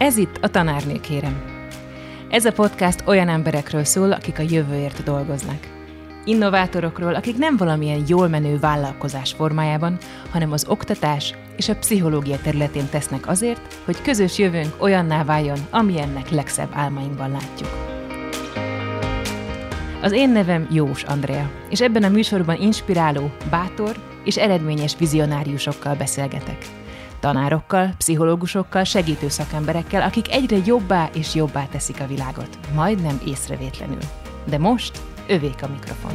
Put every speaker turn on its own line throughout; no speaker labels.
Ez itt a Tanárnők Érem. Ez a podcast olyan emberekről szól, akik a jövőért dolgoznak. Innovátorokról, akik nem valamilyen jól menő vállalkozás formájában, hanem az oktatás és a pszichológia területén tesznek azért, hogy közös jövőnk olyanná váljon, amilyennek legszebb álmainkban látjuk. Az én nevem Jós Andrea, és ebben a műsorban inspiráló, bátor és eredményes vizionáriusokkal beszélgetek. Tanárokkal, pszichológusokkal, segítő szakemberekkel, akik egyre jobbá és jobbá teszik a világot, majdnem észrevétlenül. De most övék a mikrofon.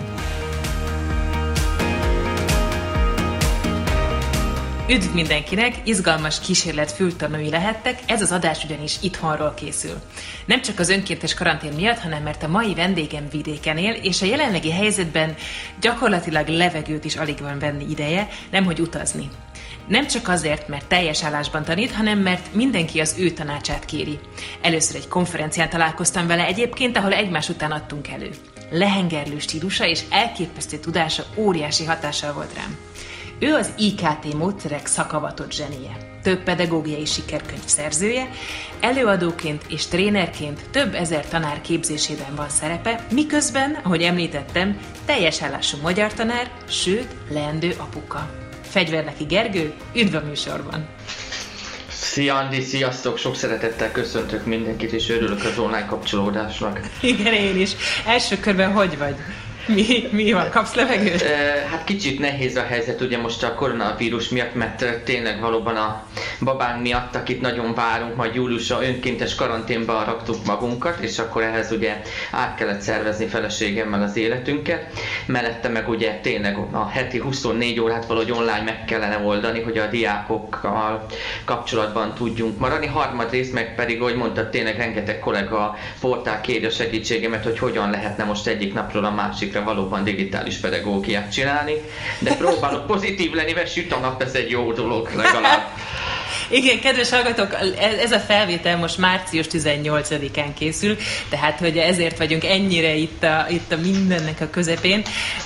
Üdv mindenkinek, izgalmas kísérlet fültanúi lehettek, ez az adás ugyanis itthonról készül. Nem csak az önkéntes karantén miatt, hanem mert a mai vendégem vidéken él, és a jelenlegi helyzetben gyakorlatilag levegőt is alig van venni ideje, nemhogy utazni. Nem csak azért, mert teljes állásban tanít, hanem mert mindenki az ő tanácsát kéri. Először egy konferencián találkoztam vele egyébként, ahol egymás után adtunk elő. Lehengerlő stílusa és elképesztő tudása óriási hatással volt rám. Ő az IKT módszerek szakavatott zsenie. Több pedagógiai sikerkönyv szerzője, előadóként és trénerként több ezer tanár képzésében van szerepe, miközben, ahogy említettem, teljes állású magyar tanár, sőt, leendő apuka. Fegyverneki Gergő, üdv a műsorban!
Szia Andi, sziasztok! Sok szeretettel köszöntök mindenkit, és örülök az online kapcsolódásnak.
Igen, én is. Első körben hogy vagy? Mi van? Kapsz levegőt?
Hát kicsit nehéz a helyzet ugye most a koronavírus miatt, mert tényleg valóban a babánk miatt, akit nagyon várunk, majd júliusra önkéntes karanténba raktuk magunkat, és akkor ehhez ugye át kellett szervezni feleségemmel az életünket. Mellette meg ugye tényleg a heti 24 órát valahogy online meg kellene oldani, hogy a diákokkal kapcsolatban tudjunk maradni. Harmadrészt meg pedig, ahogy mondtad, tényleg rengeteg kollega portál kéri a segítségemet, hogy hogyan lehetne most egyik napról a másikra valóban digitális pedagógiát csinálni, de próbálok pozitív lenni, mert süt a nap, ez egy jó dolog legalább.
Igen, kedves hallgatók, ez a felvétel most március 18-án készül, tehát hogy ezért vagyunk ennyire itt a mindennek a közepén.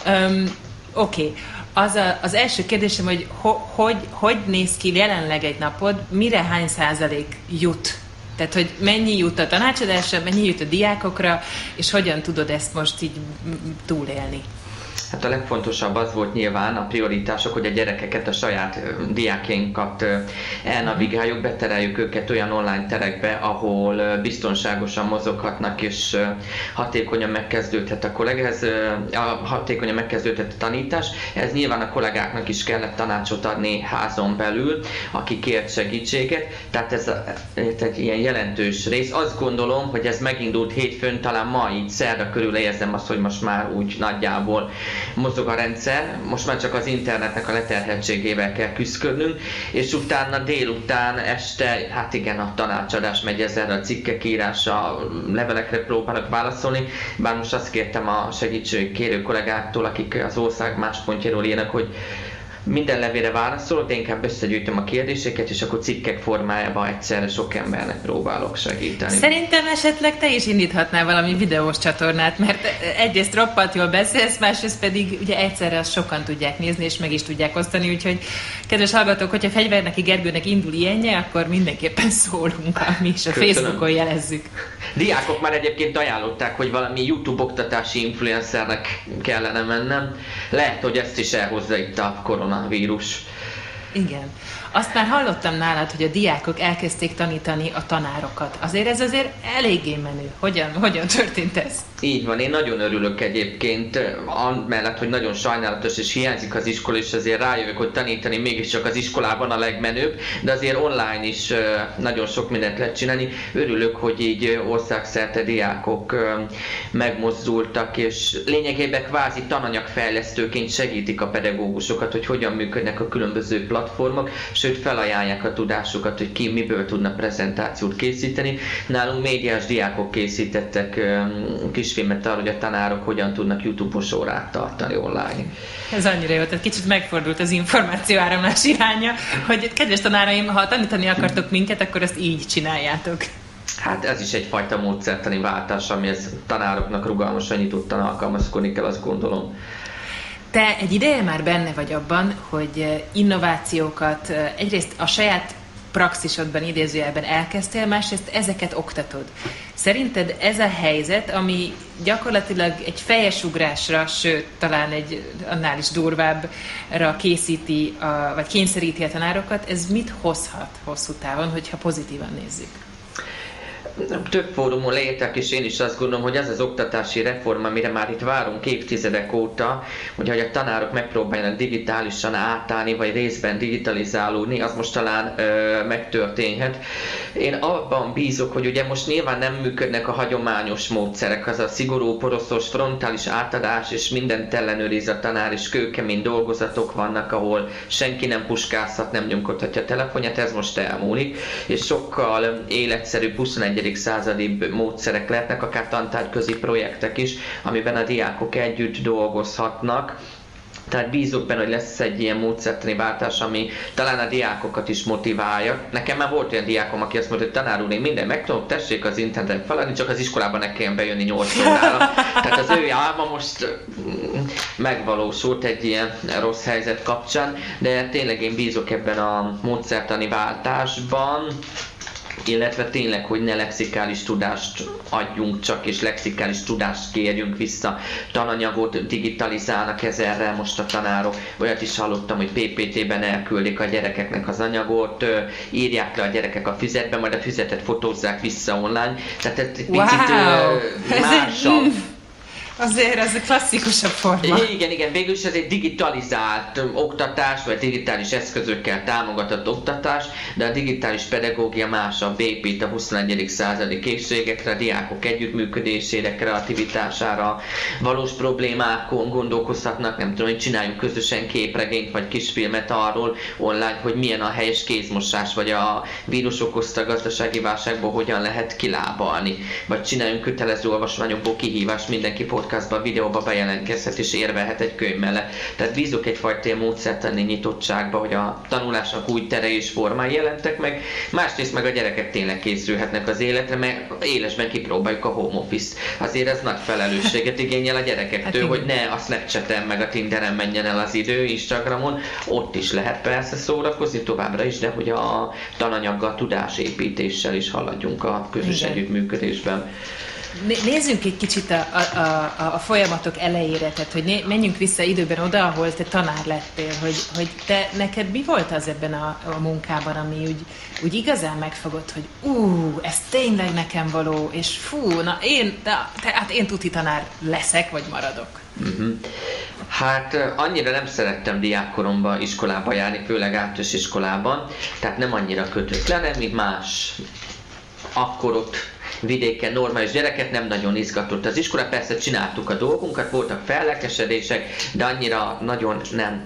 Oké. Az első kérdésem, hogy néz ki jelenleg egy napod, mire hány százalék jut? Tehát, hogy mennyi jut a tanácsadásra, mennyi jut a diákokra, és hogyan tudod ezt most így túlélni?
Hát a legfontosabb az volt nyilván a prioritások, hogy a gyerekeket, a saját diákjainkat elnavigáljuk, betereljük őket olyan online terekbe, ahol biztonságosan mozoghatnak, és hatékonyan megkezdődhet a hatékonyan megkezdődhet a tanítás. Ez nyilván a kollégáknak is kellett tanácsot adni házon belül, aki kért segítséget, tehát ez egy ilyen jelentős rész. Azt gondolom, hogy ez megindult hétfőn, talán ma így szerda körül érzem azt, hogy most már úgy nagyjából mozog a rendszer, most már csak az internetnek a leterheltségével kell küzdködnünk, és utána délután, este, hát igen, a tanácsadás megy ezzel, a cikkek írása, levelekre próbálok válaszolni, bár most azt kértem a segítségkérő kollégáktól, akik az ország más pontjáról írnak, hogy minden levélre válaszolok, de inkább összegyűjtöm a kérdéseket, és akkor cikkek formájában egyszerre sok embernek próbálok segíteni.
Szerintem esetleg te is indíthatnál valami videós csatornát, mert egyrészt roppant jól beszélsz, másrészt pedig ugye egyszerre azt sokan tudják nézni, és meg is tudják osztani, úgyhogy kedves hallgatók, hogyha Fegyverneki Gergőnek indul ilyenje, akkor mindenképpen szólunk, mi is a Facebookon jelezzük.
Diákok már egyébként ajánlották, hogy valami YouTube oktatási influencernek kellene mennem. Lehet, hogy ezt is elhozza itt a koronavírus.
Igen. Azt már hallottam nálad, hogy a diákok elkezdték tanítani a tanárokat. Azért ez eléggé menő. Hogyan történt ez?
Így van, én nagyon örülök egyébként, amellett, hogy nagyon sajnálatos és hiányzik az iskola, és azért rájövök, hogy tanítani mégiscsak az iskolában a legmenőbb, de azért online is nagyon sok mindent lehet csinálni. Örülök, hogy így országszerte diákok megmozdultak, és lényegében kvázi tananyagfejlesztőként segítik a pedagógusokat, hogy hogyan működnek a különböző platformok, sőt felajánlják a tudásukat, hogy ki miből tudna prezentációt készíteni. Nálunk médiás diákok készítettek kisfilmet arra, hogy a tanárok hogyan tudnak YouTube-os órát tartani online.
Ez annyira jó, tehát kicsit megfordult az információ áramlás iránya, hogy kedves tanáraim, ha tanítani akartok minket, akkor ezt így csináljátok.
Hát ez is egyfajta módszertani váltás, amihez tanároknak rugalmasan nyitottan alkalmazkodni kell, azt gondolom.
Te egy ideje már benne vagy abban, hogy innovációkat egyrészt a saját praxisodban, idézőjelben elkezdtél, másrészt ezeket oktatod. Szerinted ez a helyzet, ami gyakorlatilag egy fejesugrásra, sőt, talán egy annál is durvábbra készíti, vagy kényszeríti a tanárokat, ez mit hozhat hosszú távon, hogyha pozitívan nézzük?
Több fórumon leírták, és én is azt gondolom, hogy az az oktatási reform, amire már itt várunk évtizedek óta, hogy a tanárok megpróbáljanak digitálisan átállni, vagy részben digitalizálódni, az most talán megtörténhet. Én abban bízok, hogy ugye most nyilván nem működnek a hagyományos módszerek, az a szigorú, poroszos, frontális átadás, és mindent ellenőriz a tanár, és kőkemény dolgozatok vannak, ahol senki nem puskázhat, nem nyomkodhatja a telefonját, ez most elmúlik, és sokkal életszerűbb 21. századi módszerek lehetnek, akár tantárgyközi projektek is, amiben a diákok együtt dolgozhatnak. Tehát bízok benne, hogy lesz egy ilyen módszertani váltás, ami talán a diákokat is motiválja. Nekem már volt olyan diákom, aki azt mondta, hogy tanár úr, én minden megtanulok, tessék az interneten feladni, csak az iskolában ne kelljen bejönni 8 órára. Tehát az ő álma most megvalósult egy ilyen rossz helyzet kapcsán, de tényleg én bízok ebben a módszertani váltásban, illetve tényleg, hogy ne lexikális tudást adjunk csak, és lexikális tudást kérjünk vissza. Tananyagot digitalizálnak ezerrel most a tanárok. Olyat is hallottam, hogy PPT-ben elküldik a gyerekeknek az anyagot, írják le a gyerekek a füzetbe, majd a füzetet fotózzák vissza online. Tehát ez egy picit másabb.
Azért ez a klasszikusabb forma.
Igen, végül is ez egy digitalizált oktatás, vagy digitális eszközökkel támogatott oktatás, de a digitális pedagógia másabb, épít a 21. századi készségekre, a diákok együttműködésére, kreativitására, valós problémákon gondolkozhatnak, nem tudom, hogy csináljunk közösen képregényt vagy kisfilmet arról online, hogy milyen a helyes kézmosás, vagy a vírus okozta gazdasági válságból hogyan lehet kilábalni, vagy csináljunk kötelező olvasmányokból kihívást, mindenki podcastban, videóban bejelentkezhet és érvelhet egy könyv mellett. Tehát bízok egyfajta módszertani nyitottságba, hogy a tanulásnak új terei és formái jelentek meg, másrészt meg a gyerekek tényleg készülhetnek az életre, mert élesben kipróbáljuk a home office-t. Azért ez nagy felelősséget igényel a gyerekektől, hogy ne a Snapchaten meg a Tinderen menjen el az idő, Instagramon, ott is lehet persze szórakozni továbbra is, de hogy a tananyaggal, tudásépítéssel is haladjunk a közös együttműködésben.
Nézzünk egy kicsit a folyamatok elejére, tehát hogy menjünk vissza időben oda, ahol te tanár lettél, hogy te neked mi volt az ebben a munkában, ami úgy igazán megfogott, hogy ez tényleg nekem való, és én tuti tanár leszek, vagy maradok.
Hát annyira nem szerettem diákkoromban iskolába járni, főleg általános iskolában, tehát nem annyira kötött le, nem, mint más. Akkor ott vidéken normális gyereket nem nagyon izgatott az iskola, persze csináltuk a dolgunkat, voltak fellelkesedések, de annyira nagyon nem.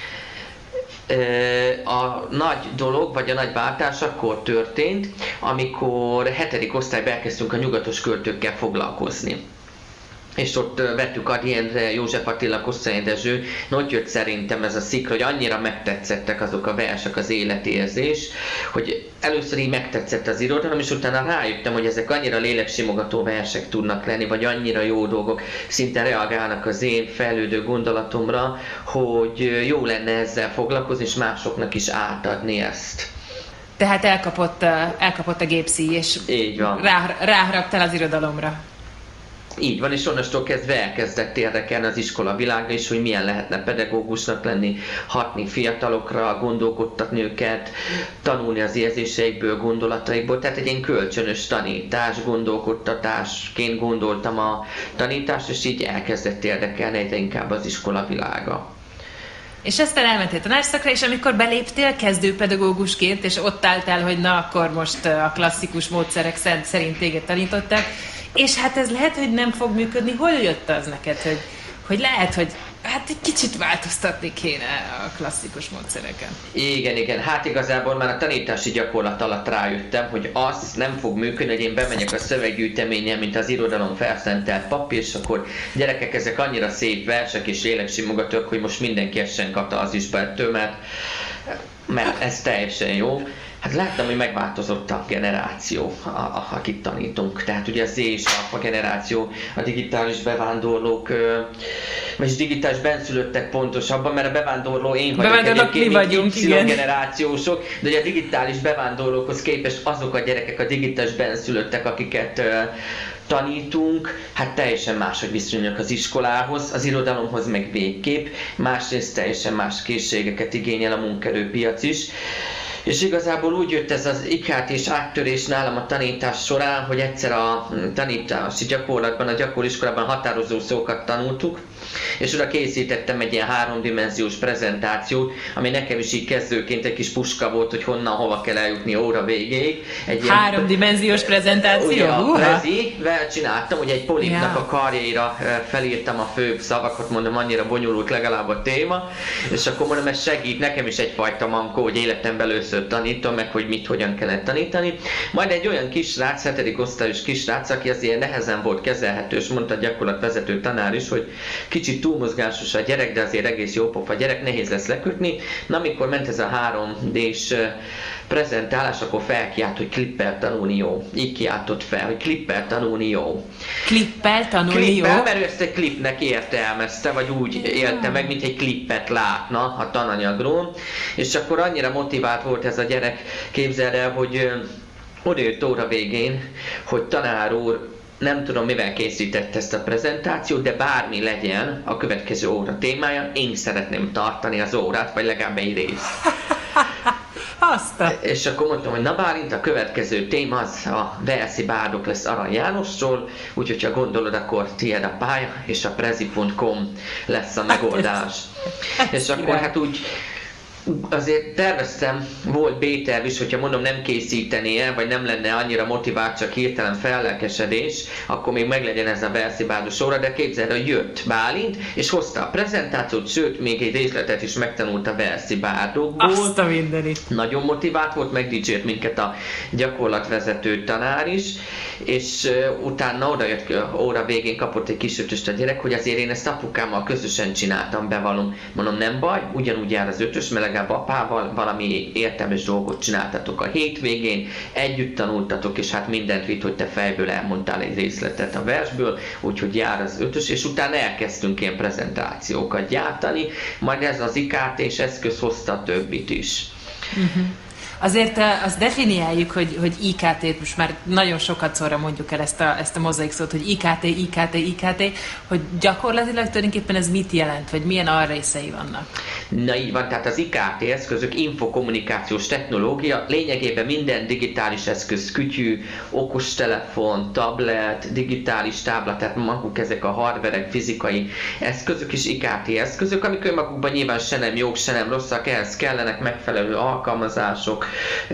A nagy dolog, vagy a nagy váltás akkor történt, amikor 7. osztályban elkezdtünk a nyugatos költőkkel foglalkozni. És ott vettük Ady Endre, József Attila, Kosszai Dezső, ott jött szerintem ez a szikra, hogy annyira megtetszettek azok a versek, az életérzés, hogy először így megtetszett az irodalom, és utána rájöttem, hogy ezek annyira léleksimogató versek tudnak lenni, vagy annyira jó dolgok, szinte reagálnak az én fejlődő gondolatomra, hogy jó lenne ezzel foglalkozni, és másoknak is átadni ezt.
Tehát elkapott a gépszíj, és ráharaptál az irodalomra.
Így van, és onnastól kezdve elkezdett érdekelni az iskola világa is, hogy milyen lehetne pedagógusnak lenni, hatni fiatalokra, gondolkodtatni őket, tanulni az érzéseikből, gondolataikból. Tehát egy ilyen kölcsönös tanítás, gondolkodtatásként gondoltam a tanítást, és így elkezdett érdekelni egyre inkább az iskola világa.
És aztán elmentél tanárszakra, és amikor beléptél kezdőpedagógusként, és ott álltál, hogy na akkor most a klasszikus módszerek szerint téged tanították, és hát ez lehet, hogy nem fog működni. Hol jött az neked, hogy lehet, hogy hát egy kicsit változtatni kéne a klasszikus módszereken?
Igen. Hát igazából már a tanítási gyakorlat alatt rájöttem, hogy az nem fog működni, hogy én bemegyek a szöveggyűjteményen, mint az irodalom felszentelt papír, és akkor gyerekek, ezek annyira szép versek és léleksimogatók, hogy most mindenki essen kata az ismertől, mert ez teljesen jó. Hát láttam, hogy megváltozott a generáció, akit tanítunk. Tehát ugye a Z és a generáció, a digitális bevándorlók, vagyis digitális benszülöttek pontosabban, mert a bevándorló én vagyok egyébként,
mi vagyunk,
Y generációsok, de ugye a digitális bevándorlókhoz képest azok a gyerekek, a digitális benszülöttek, akiket tanítunk, hát teljesen máshogy viszonyulnak az iskolához, az irodalomhoz meg végképp, másrészt teljesen más készségeket igényel a munkaerőpiac is. És igazából úgy jött ez az IKT-s áttörés nálam a tanítás során, hogy egyszer a tanítási gyakorlatban, a gyakorliskolában határozó szókat tanultuk, és oda készítettem egy ilyen 3D prezentációt, ami nekem is így kezdőként egy kis puska volt, hogy honnan, hova kell eljutni óra végéig.
Egy 3D prezentáció?
Ugye a prezivel csináltam, hogy egy polipnak a karjaira felírtam a főbb szavakat, mondom, annyira bonyolult legalább a téma, és akkor mondom, ez segít, nekem is egyfajta mankó, hogy életemben először tanítom meg, hogy mit, hogyan kellett tanítani. Majd egy olyan kisrác, 7. osztályos kisrác, aki azért nehezen volt kezelhető, és mondta a gyakorlatvezető tanár is, hogy kicsit túlmozgásos a gyerek, de azért egész jó pofa gyerek, nehéz lesz lekötni. Na, amikor ment ez a 3D-s prezentálás, akkor felkiált, hogy klippel tanulni jó. Így kiáltott fel, hogy klippel tanulni jó.
Klippel tanulni jó?
Mert ő ezt egy klipnek értelmezte, vagy úgy élte meg, mint egy klippet látna a tananyagról. És akkor annyira motivált volt ez a gyerek, képzeld el, hogy odajött óra végén, hogy tanár úr, nem tudom, mivel készített ezt a prezentációt, de bármi legyen a következő óra témája, én szeretném tartani az órát, vagy legalább egy részt. És akkor mondtam, hogy na Bálint, a következő téma az a Velszi bárdok lesz Arany Jánosról, úgyhogy ha gondolod, akkor tiéd a pálya, és a prezi.com lesz a megoldás. És akkor hát úgy azért terveztem, volt B-terv is, hogyha mondom nem készítené, vagy nem lenne annyira motivált, csak hirtelen fellelkesedés, akkor még meglegyen ez a Velszi bárdos óra, de képzeld, hogy jött Bálint, és hozta a prezentációt, sőt, még egy részletet is megtanult a Velszi bárdokból.
Azt a mindenit.
Nagyon motivált volt, megdicsért minket a gyakorlatvezető tanár is, és utána odajött óra végén kapott egy kis ötöst a gyerek, hogy azért én ezt apukámmal közösen csináltam, bevallom. Mondom, nem baj, ugyanúgy jár az ötös, mert legalább apával valami értelmes dolgot csináltatok a hétvégén, együtt tanultatok, és hát mindent vitt, hogy te fejből elmondtál egy részletet a versből, úgyhogy jár az ötös, és utána elkezdtünk ilyen prezentációkat gyártani, majd ez az IKT-s eszköz hozta a többit is.
Uh-huh. Azért azt definiáljuk, hogy IKT-t, most már nagyon sokat szóra mondjuk el ezt a mozaik szót, hogy IKT, hogy gyakorlatilag tulajdonképpen ez mit jelent, vagy milyen alrészei vannak?
Na így van, tehát az IKT eszközök, infokommunikációs technológia, lényegében minden digitális eszköz, kütyű, okostelefon, tablet, digitális tábla, tehát maguk ezek a hardverek, fizikai eszközök is IKT eszközök, amik önmagukban nyilván se nem jók, se nem rosszak, ehhez kellenek megfelelő alkalmazások,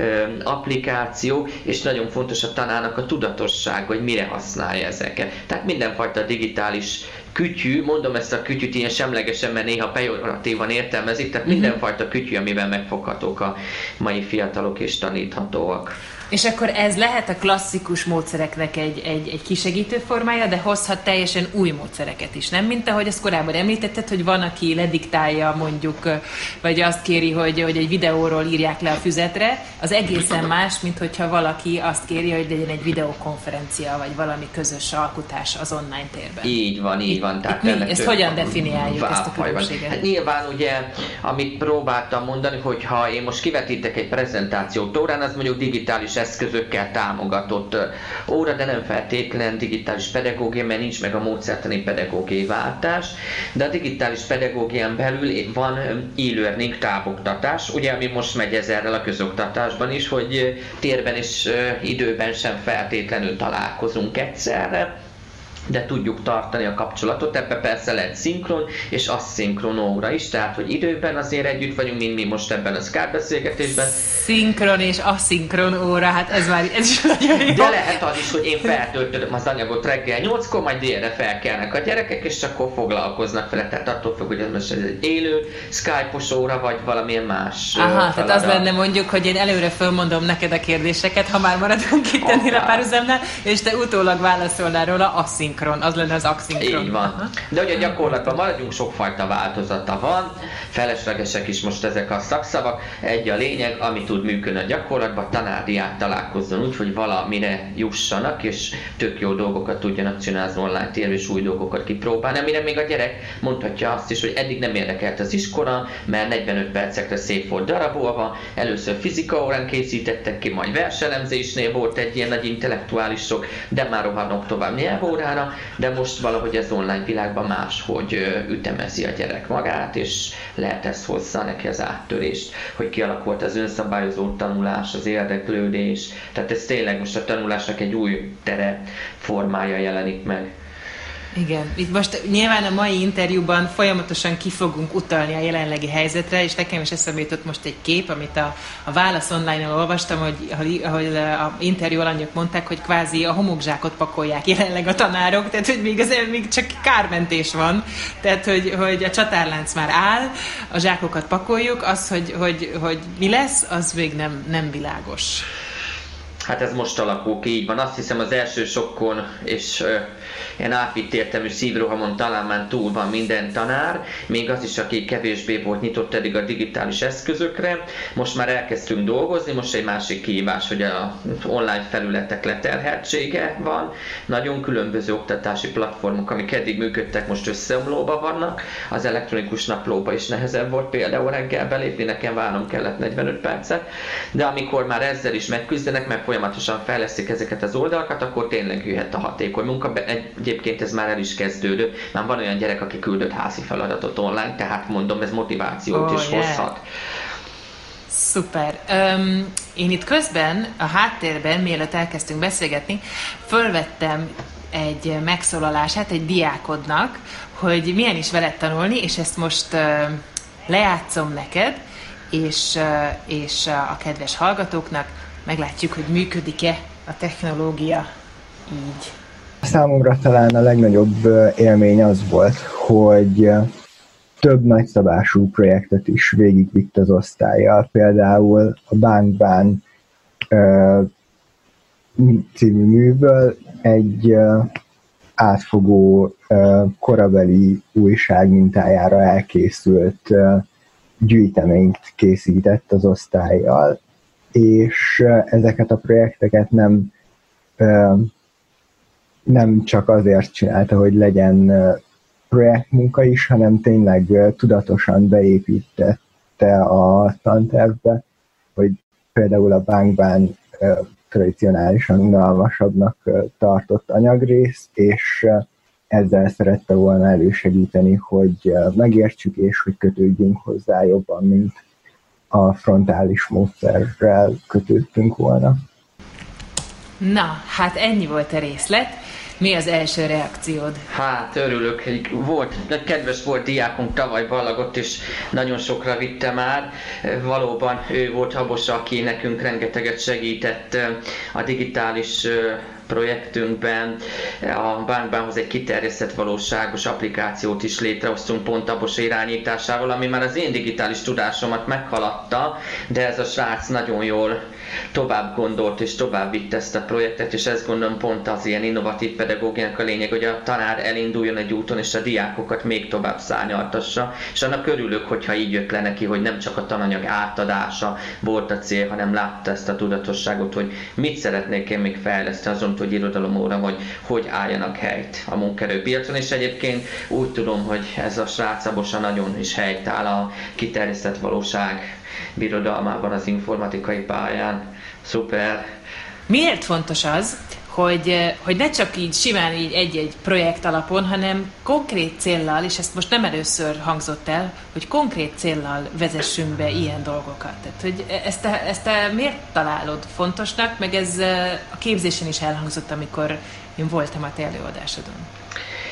applikáció, és nagyon fontos a tanárnak a tudatosság, hogy mire használja ezeket. Tehát mindenfajta digitális kütyű, mondom ezt a kütyűt ilyen semlegesen, mert néha pejoratívan értelmezik, tehát mindenfajta kütyű, amivel megfoghatók a mai fiatalok és taníthatóak.
És akkor ez lehet a klasszikus módszereknek egy kisegítő formája, de hozhat teljesen új módszereket is, nem? Mint ahogy azt korábban említetted, hogy van, aki lediktálja mondjuk, vagy azt kéri, hogy egy videóról írják le a füzetre, az egészen más, mint hogyha valaki azt kéri, hogy legyen egy videokonferencia, vagy valami közös alkotás az online térben.
Így van. Tehát
ezt hogyan definiáljuk, ezt a különbséget?
Hát nyilván ugye, amit próbáltam mondani, hogy ha én most kivetítek egy prezentációt órán, az mondjuk digitális eszközökkel támogatott óra, de nem feltétlenül digitális pedagógia, mert nincs meg a módszertani pedagógiai váltás, de a digitális pedagógián belül van e-learning, távoktatás, ugye, ami most megy ezerrel a közoktatásban is, hogy térben és időben sem feltétlenül találkozunk egyszerre, de tudjuk tartani a kapcsolatot, ebben persze lehet szinkron és asszinkron óra is, tehát hogy időben azért együtt vagyunk, mint mi most ebben a Skype beszélgetésben.
Szinkron és asszinkron óra, hát ez is nagyon jó.
De lehet az is, hogy én feltöltöm az anyagot reggel 8-kor, majd délre felkelnek a gyerekek, és akkor foglalkoznak vele, tehát attól függ, hogy ez most egy élő Skype-os óra, vagy valamilyen más
feladat. Tehát az lenne mondjuk, hogy én előre fölmondom neked a kérdéseket, ha már maradunk itt ennél a párhuzamnál, és te utólag válaszolnál róla asszinkron aszinkron, az lenne az aszinkron.
Így van. De ugye gyakorlatban maradjunk, sokfajta változata van, feleslegesek is most ezek a szakszavak. Egy a lényeg, ami tud működni a gyakorlatban, tanár-diák találkozzon úgy, hogy valamire jussanak, és tök jó dolgokat tudjanak csinálni az online térben, és új dolgokat kipróbálni, amire még a gyerek mondhatja azt is, hogy eddig nem érdekelt az iskola, mert 45 percekre szép volt darabolva, először fizika órán készítettek ki, majd verselemzésnél volt egy ilyen nagy intellektuális sok, de már rohanok tovább nyelvórára, de most valahogy ez online világban máshogy ütemezi a gyerek magát, és lehet ez hozzá neki az áttörést, hogy kialakult az önszabályozó tanulás, az érdeklődés, tehát ez tényleg most a tanulásnak egy új tere formája jelenik meg.
Igen, itt most nyilván a mai interjúban folyamatosan ki fogunk utalni a jelenlegi helyzetre, és nekem is eszembe jutott most egy kép, amit a Válasz Online-on olvastam, hogy a interjú alanyok mondták, hogy kvázi a homokzsákot pakolják jelenleg a tanárok, tehát hogy még csak kármentés van, tehát hogy a csatárlánc már áll, a zsákokat pakoljuk, az, hogy mi lesz, az még nem világos.
Hát ez most alakul ki, így van. Azt hiszem az első sokkon és ilyen átvitt értelmű szívrohamon talán már túl van minden tanár, még az is, aki kevésbé volt nyitott eddig a digitális eszközökre. Most már elkezdtünk dolgozni, most egy másik kihívás, hogy az online felületek leterheltsége van. Nagyon különböző oktatási platformok, amik eddig működtek, most összeomlóban vannak. Az elektronikus naplóba is nehezebb volt például reggel belépni, nekem várnom kellett 45 percet, de amikor már ezzel is megküzdenek, mert folyamatosan fejlesztik ezeket az oldalakat, akkor tényleg jöhet a hatékony munka. Egyébként ez már el is kezdődő. Már van olyan gyerek, aki küldött házi feladatot online, tehát mondom, ez motivációt is hozhat.
Szuper. Én itt közben a háttérben, mielőtt elkezdtünk beszélgetni, fölvettem egy megszólalását egy diákodnak, hogy milyen is veled tanulni, és ezt most lejátszom neked, és a kedves hallgatóknak. Meglátjuk, hogy működik-e a technológia így.
Számomra talán a legnagyobb élmény az volt, hogy több nagyszabású projektet is végigvitt az osztállyal. Például a Bánkbán című műből egy átfogó korabeli újság mintájára elkészült gyűjteményt készített az osztállyal, és ezeket a projekteket nem csak azért csinálta, hogy legyen projektmunka is, hanem tényleg tudatosan beépítette a tantervbe, hogy például a Bánkbán tradicionálisan unalmasabbnak tartott anyagrész, és ezzel szerette volna elősegíteni, hogy megértsük és hogy kötődjünk hozzá jobban, mint a frontális módszerrel kötődtünk volna.
Na, hát ennyi volt a részlet. Mi az első reakciód?
Hát örülök, kedves volt diákunk, tavaly ballagott, és nagyon sokra vitte már. Valóban ő volt Habos, aki nekünk rengeteget segített a digitális projektünkben. A Bánkbánhoz egy kiterjesztett valóságos applikációt is létrehoztunk pont Habos irányításával, ami már az én digitális tudásomat meghaladta, de ez a srác nagyon jól tovább gondolt és tovább vitt ezt a projektet, és ezt gondolom pont az ilyen innovatív pedagógiának a lényeg, hogy a tanár elinduljon egy úton, és a diákokat még tovább szárnyaltassa, és annak örülök, hogyha így jött le neki, hogy nem csak a tananyag átadása volt a cél, hanem látta ezt a tudatosságot, hogy mit szeretnék én még fejleszteni azon, hogy irodalomóra, vagy hogy álljanak helyt a munkaerőpiacon, és egyébként úgy tudom, hogy ez a srác Abosa nagyon is helyt áll a kiterjesztett valóság birodalmában az informatikai pályán. Szuper!
Miért fontos az, hogy ne csak így simán így egy-egy projekt alapon, hanem konkrét céllal, és ezt most nem először hangzott el, hogy konkrét céllal vezessünk be ilyen dolgokat. Tehát, hogy ezt te miért találod fontosnak, meg ez a képzésen is elhangzott, amikor én voltam a te előadásodon.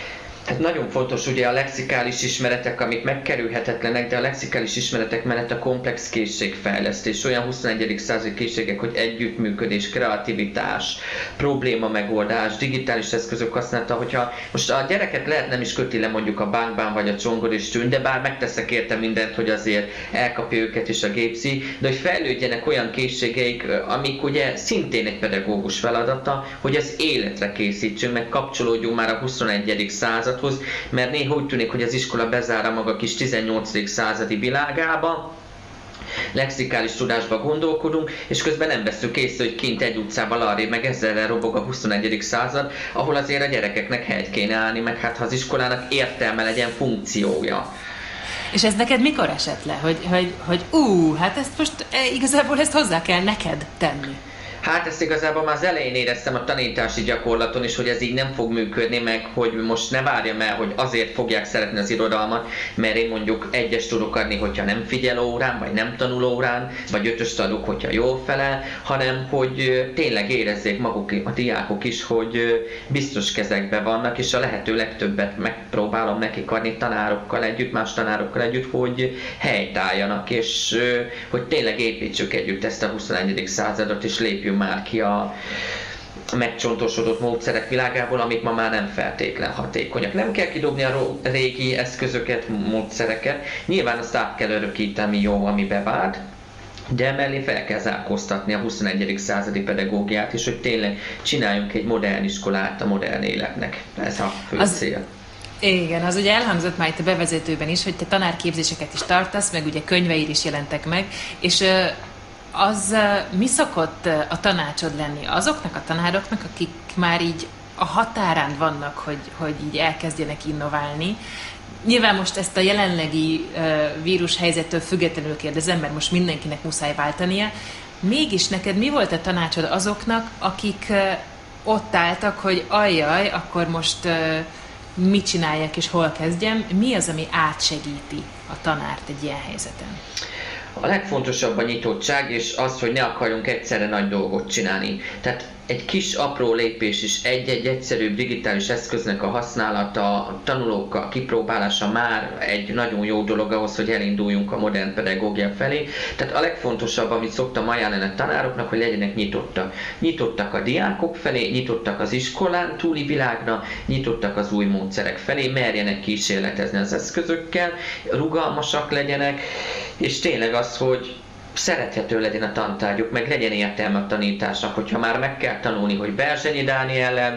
Tehát nagyon fontos ugye a lexikális ismeretek, amik megkerülhetetlenek, de a lexikális ismeretek mellett a komplex készségfejlesztés, olyan 21. századi készségek, hogy együttműködés, kreativitás, probléma megoldás, digitális eszközök használata, hogyha most a gyereket lehet nem is köti le mondjuk a bánkbán vagy a csongor és tűn, de bár megteszek érte mindent, hogy azért elkapja őket is a gépszi, de hogy fejlődjenek olyan készségeik, amik ugye szintén egy pedagógus feladata, hogy az életre készítsünk, meg kapcsolódjunk már a 21. századhoz, mert néha úgy tűnik, hogy az iskola bezár a maga kis 18. századi világába, lexikális tudásba gondolkodunk, és közben nem veszünk észre, hogy kint egy utcával arrébb meg ezerrel robog a 21. század, ahol azért a gyerekeknek helyt kéne állni, meg hát ha az iskolának értelme legyen, funkciója.
És ez neked mikor esett le, hogy hát ezt most igazából ezt hozzá kell neked tenni?
Hát ezt igazából már az elején éreztem a tanítási gyakorlaton is, hogy ez így nem fog működni, meg hogy most ne várjam el, hogy azért fogják szeretni az irodalmat, mert én mondjuk 1-es tudok adni, hogyha nem figyel órán, vagy nem tanul órán, vagy 5-öst adok, hogyha jól felel, hanem hogy tényleg érezzék maguk a diákok is, hogy biztos kezekben vannak, és a lehető legtöbbet megpróbálom nekik adni tanárokkal együtt, más tanárokkal együtt, hogy helytálljanak, és hogy tényleg építsük együtt ezt a 21. századot, és lépjünk már ki a megcsontosodott módszerek világából, amik ma már nem feltétlen hatékonyak. Nem kell kidobni a régi eszközöket, módszereket, nyilván azt át kell örökíteni, jó, ami bevált, de mellé fel kell zárkóztatni a 21. századi pedagógiát is, hogy tényleg csináljunk egy modern iskolát a modern életnek. Ez a fő cél.
Igen, az ugye elhangzott már itt a bevezetőben is, hogy te tanárképzéseket is tartasz, meg ugye könyveid is jelentek meg, és az mi szokott a tanácsod lenni azoknak a tanároknak, akik már így a határán vannak, hogy így elkezdjenek innoválni? Nyilván most ezt a jelenlegi vírushelyzettől függetlenül kérdezem, mert most mindenkinek muszáj váltania. Mégis neked mi volt a tanácsod azoknak, akik ott álltak, hogy ajjaj, akkor most mit csináljak és hol kezdjem? Mi az, ami átsegíti a tanárt egy ilyen helyzeten?
A legfontosabb a nyitottság, és az, hogy ne akarjunk egyszerre nagy dolgot csinálni. Tehát egy kis apró lépés is, egy-egy egyszerűbb digitális eszköznek a használata, a tanulókkal kipróbálása már egy nagyon jó dolog ahhoz, hogy elinduljunk a modern pedagógia felé. Tehát a legfontosabb, amit szoktam ajánlani a tanároknak, hogy legyenek nyitottak. Nyitottak a diákok felé, nyitottak az iskolán túli világra, nyitottak az új módszerek felé, merjenek kísérletezni az eszközökkel, rugalmasak legyenek, és tényleg az, hogy szerethető legyen a tantárgyuk, meg legyen értelme a tanításnak, hogyha már meg kell tanulni, hogy Berzsenyi Dániellel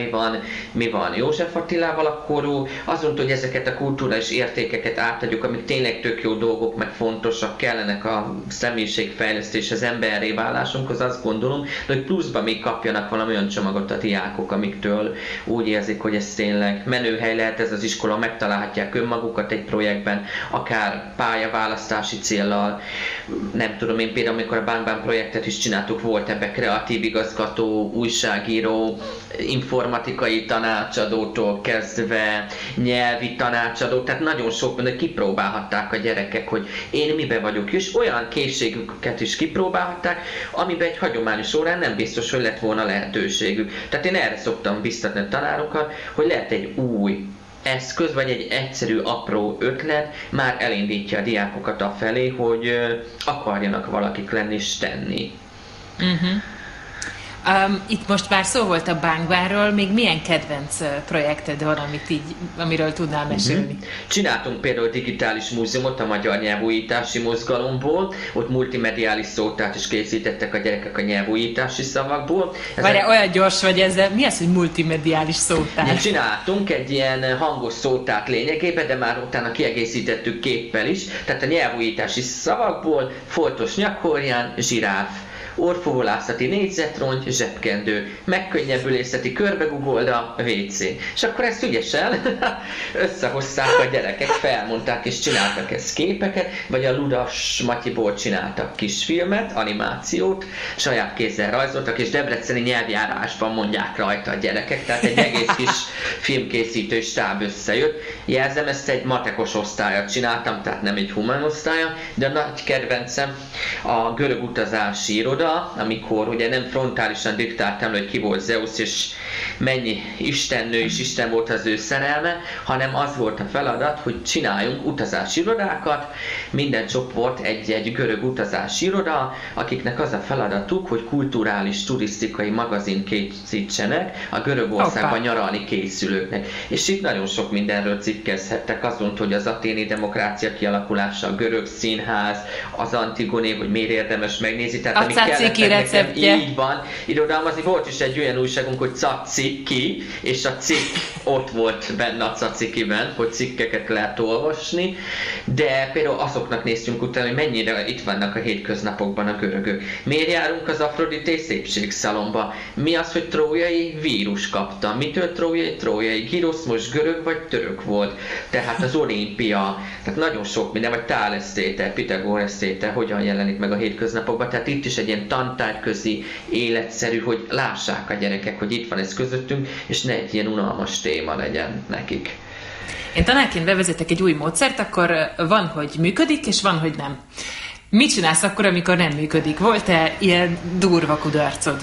mi van József Attilával, akkor azon, hogy ezeket a kulturális értékeket átadjuk, amik tényleg tök jó dolgok, meg fontosak, kellenek a személyiségfejlesztés, az emberré válásunkhoz, azt gondolom, de hogy pluszban még kapjanak valami olyan csomagot a diákok, amiktől úgy érzik, hogy ez tényleg menőhely lehet ez az iskola, megtalálhatják önmagukat egy projektben, akár pályaválasztási céllal, nem tudom, én például amikor a Bánbán projektet is csináltuk, volt ebbe kreatív igazgató, újságíró, informatikai tanácsadótól kezdve, nyelvi tanácsadó, tehát nagyon sok minden kipróbálhatták a gyerekek, hogy én mibe vagyok, és olyan készségüket is kipróbálhatták, amiben egy hagyományos órán nem biztos, hogy lett volna lehetőségük. Tehát én erre szoktam biztatni a tanárokat, hogy lehet egy új eszköz, vagy egy egyszerű, apró ötlet már elindítja a diákokat afelé, hogy akarjanak valakik lenni és tenni.
Itt most már szó volt a Bánkbánról, még milyen kedvenc projekted van, amiről tudnál mesélni?
Csináltunk például digitális múzeumot a magyar nyelvújítási mozgalomból, ott multimediális szótárt is készítettek a gyerekek a nyelvújítási szavakból.
Várjál, olyan gyors vagy ezzel, mi az, hogy multimediális szótár?
Csináltunk egy ilyen hangos szótárt lényegében, de már utána kiegészítettük képpel is, tehát a nyelvújítási szavakból foltos nyakorján, zsiráf, orfovolászati négyzetrongy, zsebkendő, megkönnyebbülészeti körbegugolda, WC. És akkor ezt ügyesen összehozták a gyerekek, felmondták és csináltak ezt képeket, vagy a Ludas Matyiból csináltak kisfilmet, animációt, saját kézzel rajzoltak, és debreceni nyelvjárásban mondják rajta a gyerekek, tehát egy egész kis filmkészítő stáb összejött. Jelzem, ezt egy matekos osztályat csináltam, tehát nem egy humán osztálya, de a nagy kedvencem a görög utazási iroda, Héra, amikor ugye nem frontálisan diktáltam, hogy ki volt Zeus és mennyi istennő és Isten volt az ő szerelme, hanem az volt a feladat, hogy csináljunk utazási irodákat, minden csoport egy görög utazási iroda, akiknek az a feladatuk, hogy kulturális, turisztikai magazin készítsenek a Görögországban nyaralni készülőknek. És itt nagyon sok mindenről cikkezhettek, azon, hogy az athéni demokrácia kialakulása, a görög színház, az Antigoné, hogy miért érdemes megnézni. Tehát,
a tzatziki receptje.
Így van. Irodalmazni volt is egy olyan újságunk, hogy tzatziki, és a cikk ott volt benne a tzacikiben, hogy cikkeket lehet olvasni, de például azoknak néztünk utána, hogy mennyire itt vannak a hétköznapokban a görögök. Miért járunk az Afrodité szépségszalomba? Mi az, hogy trójai vírus kapta? Mitől trójai? Girosz most görög vagy török volt? Tehát az olimpia, tehát nagyon sok minden, vagy Thálesztéte, Pitagóresztéte, hogyan jelenik meg a hétköznapokban. Tehát itt is egy ilyen tantárközi, életszerű, hogy lássák a gyerekek, hogy itt van ez közöttünk, és ne egy ilyen unalmas téma legyen nekik.
Én tanárként bevezetek egy új módszert, akkor van, hogy működik, és van, hogy nem. Mit csinálsz akkor, amikor nem működik? Volt-e ilyen durva kudarcod?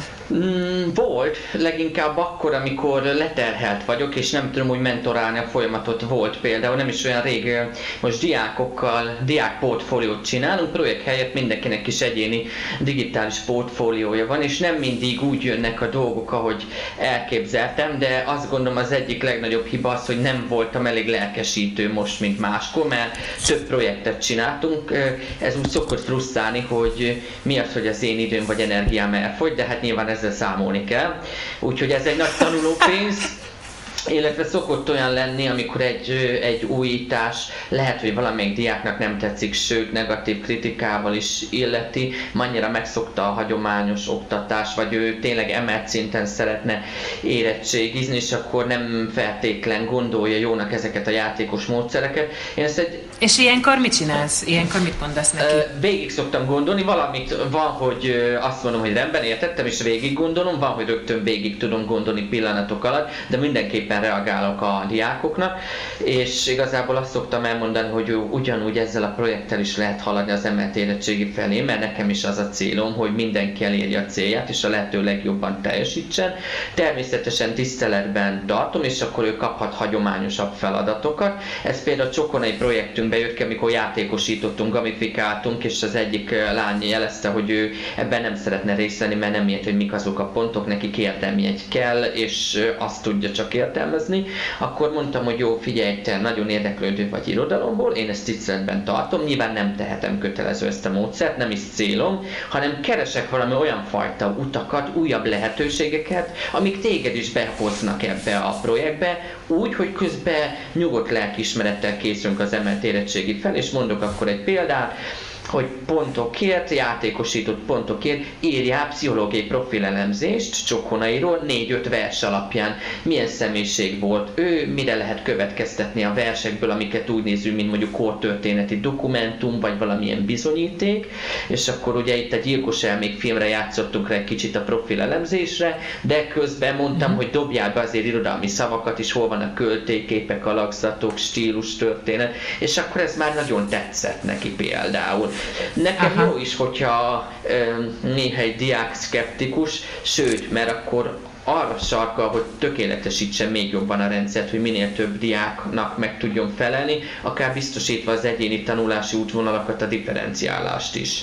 Volt, leginkább akkor, amikor leterhelt vagyok, és nem tudom úgy mentorálni a folyamatot. Volt például, nem is olyan rég, most diákokkal diákportfóliót csinálunk, projekt helyett mindenkinek is egyéni digitális portfóliója van, és nem mindig úgy jönnek a dolgok, ahogy elképzeltem, de azt gondolom az egyik legnagyobb hiba az, hogy nem voltam elég lelkesítő most, mint máskor, mert több projektet csináltunk. Ez úgy szokott frusztrálni, hogy mi az, hogy az én időm vagy energiám elfogy, de hát nyilván ezzel számolni kell. Úgyhogy ez egy nagy tanulópénz, illetve szokott olyan lenni, amikor egy újítás lehet, hogy valamelyik diáknak nem tetszik, sőt negatív kritikával is illeti, annyira megszokta a hagyományos oktatás, vagy ő tényleg emelt szinten szeretne érettségizni, és akkor nem feltétlen gondolja jónak ezeket a játékos módszereket.
És ilyenkor mit csinálsz? Ilyenkor mit mondasz neki?
Végig szoktam gondolni, valamit van, hogy azt mondom, hogy rendben értettem, és végig gondolom, van, hogy rögtön végig tudom gondolni pillanatok alatt, de mindenképpen reagálok a diákoknak, és igazából azt szoktam elmondani, hogy ugyanúgy ezzel a projekttel is lehet haladni az emelt érettségi felé, mert nekem is az a célom, hogy mindenki elérje a célját, és a lehető legjobban teljesítsen. Természetesen tiszteletben tartom, és akkor ő kaphat hagyományosabb feladatokat. Ez például a csokonai projektünkbe jött ki, amikor játékosítottunk, gamifikáltunk, és az egyik lány jelezte, hogy ő ebben nem szeretne részt venni, mert nem ért, hogy mik azok a pontok, neki értelmi kell, és azt tudja csak értelmezni. Akkor mondtam, hogy jó, figyelj, te nagyon érdeklődő vagy irodalomból, én ezt tiszteletben tartom, nyilván nem tehetem kötelező ezt a módszert, nem is célom, hanem keresek valami olyan fajta utakat, újabb lehetőségeket, amik téged is behoznak ebbe a projektbe, úgy, hogy közben nyugodt lelkiismerettel készülünk az emelt érettségi fel, és mondok akkor egy példát, hogy pontokért, játékosított pontokért írjál pszichológiai profilelemzést Csokonairól 4-5 vers alapján. Milyen személyiség volt ő, mire lehet következtetni a versekből, amiket úgy nézünk, mint mondjuk kortörténeti dokumentum, vagy valamilyen bizonyíték, és akkor ugye itt a Gyilkos elmék filmre játszottunk rá egy kicsit a profilelemzésre, de közben mondtam, hogy dobjál be azért irodalmi szavakat is, hol vannak költőképek, alakzatok, stílus, történet, és akkor ez már nagyon tetszett neki például. Nekem jó is, hogyha néha egy diák szkeptikus, sőt, mert akkor arra sarkal, hogy tökéletesítsen még jobban a rendszert, hogy minél több diáknak meg tudjon felelni, akár biztosítva az egyéni tanulási útvonalakat, a differenciálást is.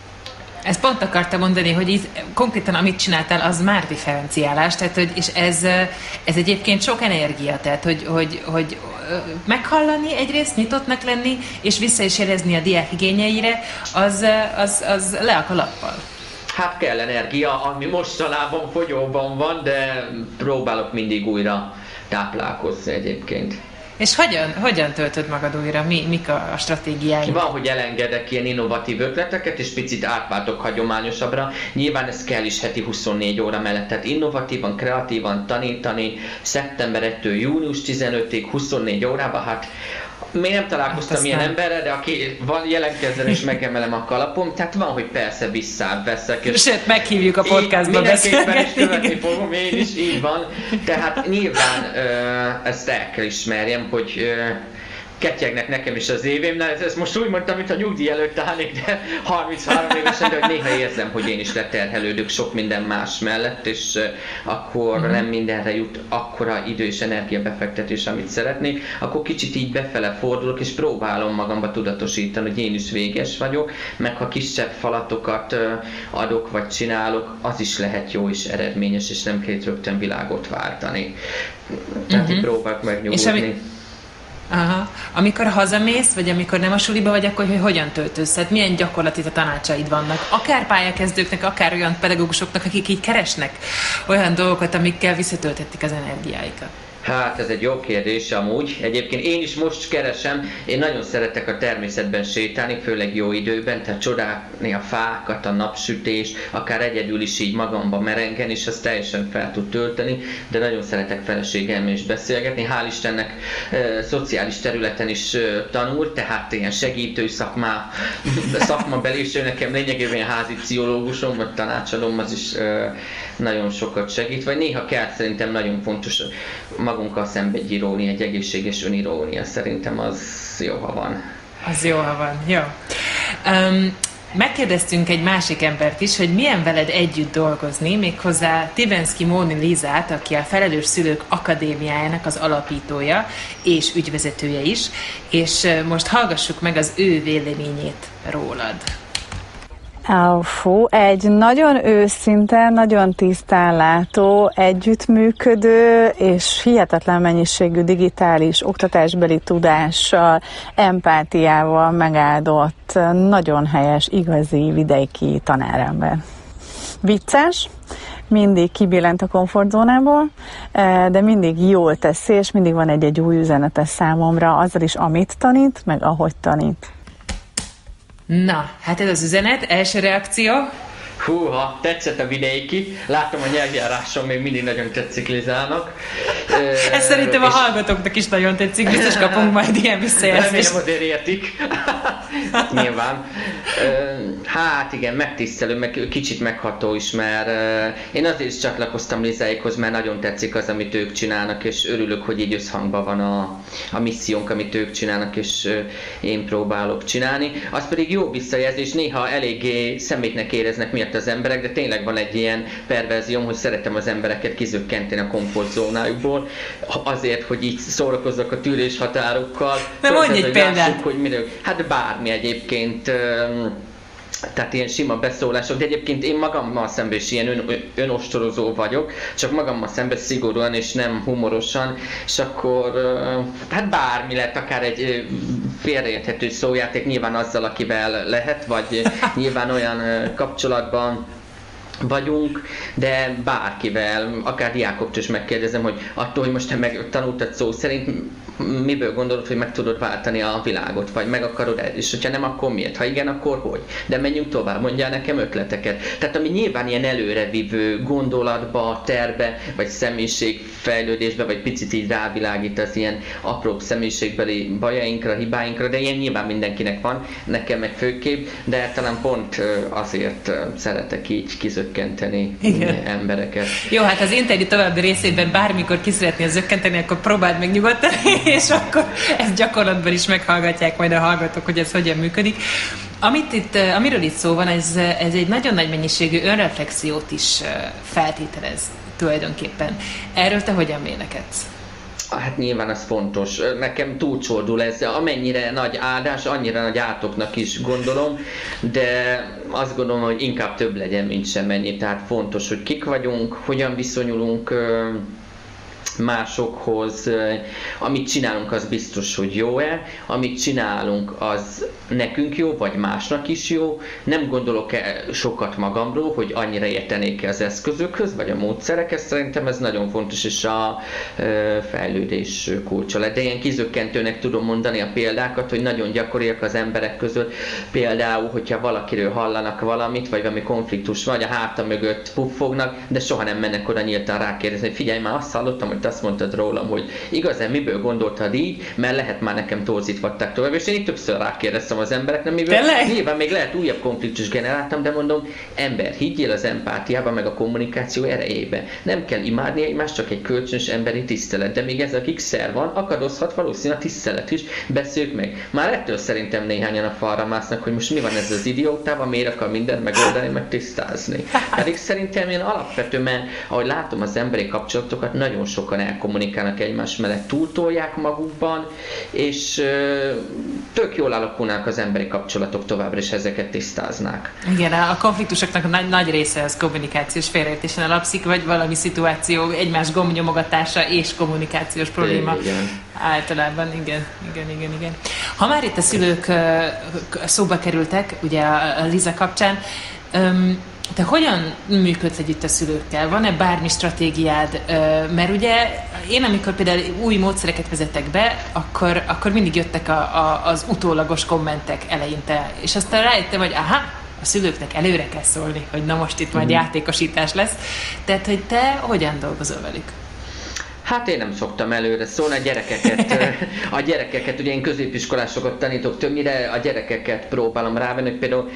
Ezt pont akartam mondani, hogy itt konkrétan amit csináltál, az már differenciálás, tehát, és ez egyébként sok energia, tehát hogy meghallani egyrészt, nyitottnak lenni, és vissza is jelezni a diák igényeire, az le a kalappal.
Hát kell energia, ami mostanában fogyóban van, de próbálok mindig újra táplálkozni egyébként.
És hogyan töltöd magad újra? Mik a stratégiáink?
Van, hogy elengedek ilyen innovatív ötleteket, és picit átváltok hagyományosabbra. Nyilván ez kell is heti 24 óra mellett, tehát innovatívan, kreatívan tanítani, szeptember 1-től június 15-ig, 24 órában, hát még nem találkoztam ilyen emberrel, de aki van, jelentkezzen és megemelem a kalapom, tehát van, hogy persze visszaveszek.
Sőt, meghívjuk a podcastba beszélgetni.
Mindenképpen is követni fogom, én is, így van. Tehát nyilván ezt el kell ismerjem, hogy ketyegnek nekem is az éveim, de ezt most úgy mondtam, mintha nyugdíj előtt állnék, de 33 évesen, de néha érzem, hogy én is leterhelődök sok minden más mellett, és akkor nem mindenre jut akkora idő és energiabefektetés, amit szeretnék, akkor kicsit így befele fordulok, és próbálom magamba tudatosítani, hogy én is véges vagyok, meg ha kisebb falatokat adok vagy csinálok, az is lehet jó és eredményes, és nem kell rögtön világot váltani. Tehát így próbálok megnyugodni.
Aha. Amikor hazamész, vagy amikor nem a suliba vagy, akkor hogy hogyan töltődsz? Hát milyen gyakorlati tanácsaid vannak? Akár pályakezdőknek, akár olyan pedagógusoknak, akik így keresnek olyan dolgokat, amikkel visszatölthetik az energiáikat.
Hát ez egy jó kérdés amúgy. Egyébként én is most keresem, én nagyon szeretek a természetben sétálni, főleg jó időben, tehát csodálni a fákat, a napsütést, akár egyedül is így magamba merengeni, és azt teljesen fel tud tölteni, de nagyon szeretek feleségemmel is beszélgetni. Hál' Istennek szociális területen is tanult, tehát ilyen segítő szakmabeli, és ő nekem lényegében házi pszichológusom, vagy tanácsadom, az is nagyon sokat segít, vagy néha kell, szerintem nagyon fontos magunkkal szembe gyíróni, egy egészséges önirónia, szerintem az jó, ha van.
Az jó, ha van, jó. Megkérdeztünk egy másik embert is, hogy milyen veled együtt dolgozni, méghozzá Tivenszky Móni Lizát, aki a Felelős Szülők Akadémiájának az alapítója és ügyvezetője is, és most hallgassuk meg az ő véleményét rólad.
Egy nagyon őszinte, nagyon tisztánlátó, együttműködő és hihetetlen mennyiségű digitális oktatásbeli tudással, empátiával megáldott, nagyon helyes, igazi vidéki tanárember. Vicces, mindig kibillent a komfortzónából, de mindig jól teszi, és mindig van egy új üzenete számomra, azzal is, amit tanít, meg ahogy tanít.
Na, hát ez az üzenet, első reakció.
Húha, tetszett a vidéki, látom a nyelvjáráson még mindig nagyon tetszik Lizának.
Ez szerintem a hallgatóknak is nagyon tetszik, biztos kapunk majd ilyen visszajelzést.
Remélem azért értik. Nyilván. Hát igen, megtisztelő, meg kicsit megható is, mert én azért is csatlakoztam Lizáékhoz, mert nagyon tetszik az, amit ők csinálnak, és örülök, hogy így összhangban van a missziónk, amit ők csinálnak, és én próbálok csinálni. Az pedig jó visszajelzés, néha eléggé szemétnek éreznek miatt az emberek, de tényleg van egy ilyen perverzióm, hogy szeretem az embereket kizökkenteni a komfortzónájukból, azért, hogy így szórakozzak a tűrés határokkal.
De mondj egy példát!
Hát bármi egyébként, tehát ilyen sima beszólások, de egyébként én magammal szemben is ilyen önostorozó vagyok, csak magammal szemben szigorúan és nem humorosan, és akkor hát bármi lett, akár egy félreérthető szójáték, nyilván azzal, akivel lehet, vagy nyilván olyan kapcsolatban vagyunk, de bárkivel, akár diákoktól is megkérdezem, hogy attól, hogy most te megtanultad szó szerint, miből gondolod, hogy meg tudod váltani a világot, vagy meg akarod, és hogyha nem, akkor miért? Ha igen, akkor hogy? De menjünk tovább, mondjál nekem ötleteket. Tehát ami nyilván ilyen előrevívő gondolatba, terbe, vagy személyiségfejlődésbe, vagy picit így rávilágít az ilyen apróbb személyiségbeli bajainkra, hibáinkra, de ilyen nyilván mindenkinek van, nekem meg főképp, de talán pont azért szeretek így kizökkenteni embereket.
Jó, hát az interjú további részében bármikor ki szeretnél zökkenteni, akkor próbáld meg nyugodtan, és akkor ezt gyakorlatban is meghallgatják majd a hallgatók, hogy ez hogyan működik. Amiről itt szó van, ez egy nagyon nagy mennyiségű önreflexiót is feltételez tulajdonképpen. Erről te hogyan vélekedsz?
Hát nyilván az fontos. Nekem túlcsordul ez, amennyire nagy áldás, annyira nagy átoknak is gondolom, de azt gondolom, hogy inkább több legyen, mint semennyi. Tehát fontos, hogy kik vagyunk, hogyan viszonyulunk másokhoz, amit csinálunk, az biztos, hogy jó-e, amit csinálunk, az nekünk jó, vagy másnak is jó. Nem gondolok sokat magamról, hogy annyira értenék az eszközökhöz, vagy a módszerekhez, szerintem ez nagyon fontos, és a fejlődés kulcsa lett. De ilyen kizökkentőnek tudom mondani a példákat, hogy nagyon gyakoriak az emberek között, például, hogyha valakiről hallanak valamit, vagy valami konfliktus vagy, a háta mögött puffognak, de soha nem mennek oda nyíltan rákérdezni, hogy figyelj, már azt hallottam, amit azt mondtad rólam, hogy igazán miből gondoltad így, mert lehet már nekem torzítvatták tovább, és én itt többször rákérdeztem az embereknek, miből nyilván még lehet újabb konfliktus generáltam, de mondom, ember, higgyél az empátiába, meg a kommunikáció erejébe. Nem kell imádni egymást, csak egy kölcsönös emberi tisztelet, de még ez a kikszer van, akadozhat valószínűleg a tisztelet is, beszéljük meg. Már ettől szerintem néhányan a falra másznak, hogy most mi van ez az idiótával, miért akar mindent megoldani, meg tisztázni. Pedig szerintem én alapvetően, mert ahogy látom az emberi kapcsolatokat, nagyon sokan elkommunikálnak egymás mellett, túltolják magukban, és tök jól alakulnak az emberi kapcsolatok továbbra, és ezeket tisztáznák.
Igen, a konfliktusoknak a nagy része az kommunikációs félreértésen alapszik, vagy valami szituáció, egymás gombnyomogatása és kommunikációs probléma.
Igen.
Általában, igen. Ha már itt a szülők szóba kerültek, ugye a Liza kapcsán, te hogyan működsz együtt a szülőkkel? Van-e bármi stratégiád? Mert ugye én, amikor például új módszereket vezetek be, akkor mindig jöttek az utólagos kommentek eleinte, és aztán rájöttem, hogy a szülőknek előre kell szólni, hogy na most itt majd játékosítás lesz. Tehát, hogy te hogyan dolgozol velük?
Hát én nem szoktam előre szólni, a gyerekeket, ugye én középiskolásokat tanítok, többnyire a gyerekeket próbálom rávenni, hogy például